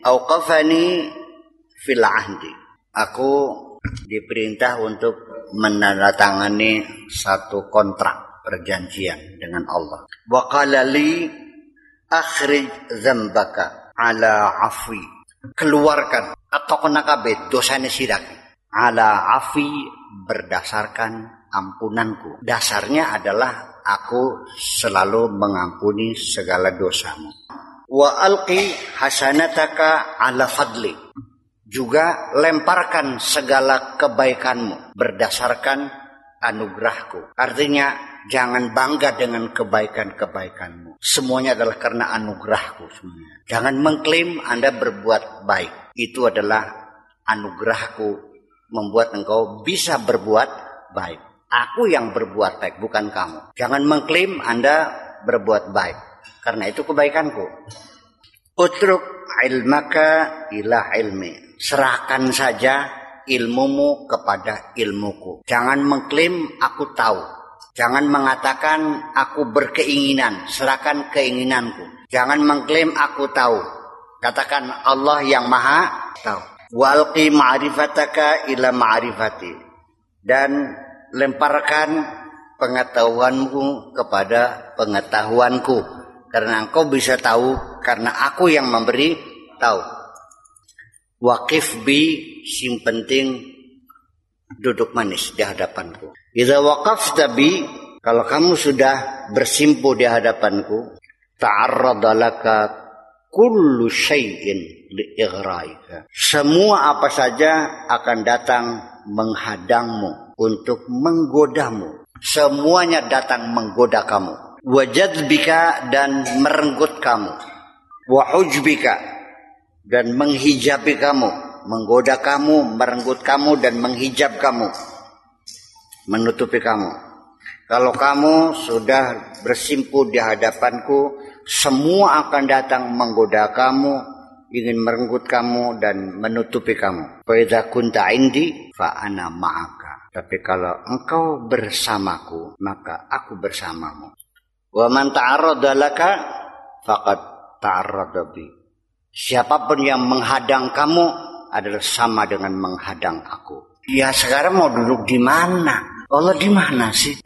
auqafani fil ahdi. Aku diperintah untuk menandatangani satu kontrak perjanjian dengan Allah. Wa qala li akhrij dzambaka ala afwi. Keluarkan atau kena kabeh dosane siraki. Ala afi berdasarkan ampunanku. Dasarnya adalah aku selalu mengampuni segala dosamu. Wa alqi hasanataka ala fadli. Juga lemparkan segala kebaikanmu berdasarkan anugerahku. Artinya jangan bangga dengan kebaikan-kebaikanmu. Semuanya adalah karena anugerahku semuanya. Jangan mengklaim Anda berbuat baik. Itu adalah anugerahku membuat engkau bisa berbuat baik. Aku yang berbuat baik, bukan kamu. Jangan mengklaim Anda berbuat baik. Karena itu kebaikanku. Utruk ilmaka ila ilmi. Serahkan saja ilmumu kepada ilmuku. Jangan mengklaim aku tahu. Jangan mengatakan aku berkeinginan. Serahkan keinginanku. Jangan mengklaim aku tahu. Katakan Allah yang maha tahu. Walqi ma'rifataka ila ma'rifati. Dan lemparkan pengetahuanmu kepada pengetahuanku. Karena engkau bisa tahu. Karena aku yang memberi tahu. Waqif bi, sing penting duduk manis di hadapanku. Idza waqafta bi, kalau kamu sudah bersimpuh di hadapanku, ta'arrada laka kullu syai'in li'ighraika. Semua apa saja akan datang menghadangmu untuk menggodamu. Semuanya datang menggoda kamu. Wa jadzbika, dan merenggut kamu. Wa hujbika, dan menghijabi kamu, menggoda kamu, merenggut kamu, dan menghijab kamu, menutupi kamu. Kalau kamu sudah bersimpuh di hadapanku, semua akan datang menggoda kamu, ingin merenggut kamu, dan menutupi kamu. Fa idza kunta indi fa ana ma'aka. Tapi kalau engkau bersamaku, maka aku bersamamu. Wa man ta'arrada laka faqad ta'arrada bi. Siapapun yang menghadang kamu adalah sama dengan menghadang aku. Ya sekarang mau duduk di mana? Allah di mana sih?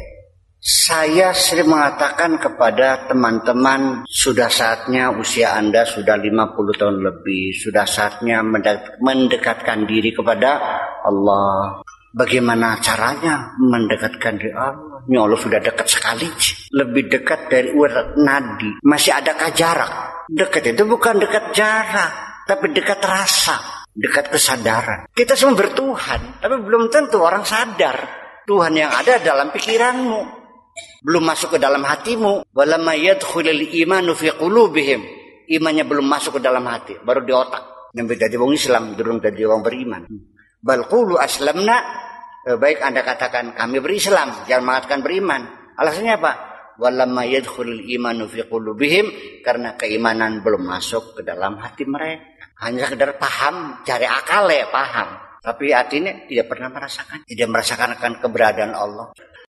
Saya sering mengatakan kepada teman-teman, sudah saatnya usia Anda sudah 50 tahun lebih. Sudah saatnya mendekatkan diri kepada Allah. Bagaimana caranya mendekatkan diri Allah? Ya Allah sudah dekat sekali. Lebih dekat dari urat nadi. Masih adakah jarak? Dekat itu bukan dekat jarak, tapi dekat rasa, dekat kesadaran. Kita semua bertuhan, tapi belum tentu orang sadar. Tuhan yang ada dalam pikiranmu, belum masuk ke dalam hatimu. Walamma yadkhulul imanu fi qulubihim. Imannya belum masuk ke dalam hati, baru di otak. Yang jadi wong Islam, durung jadi wong beriman. Bal qulu aslamna. Baik Anda katakan kami berislam, jangan mengatakan beriman. Alasannya apa? Walamma yadkhulul imanu fi qulubihim, karena keimanan belum masuk ke dalam hati mereka. Hanya sekedar paham, cari akal ya paham, tapi hatinya tidak pernah merasakan, tidak merasakan akan keberadaan Allah.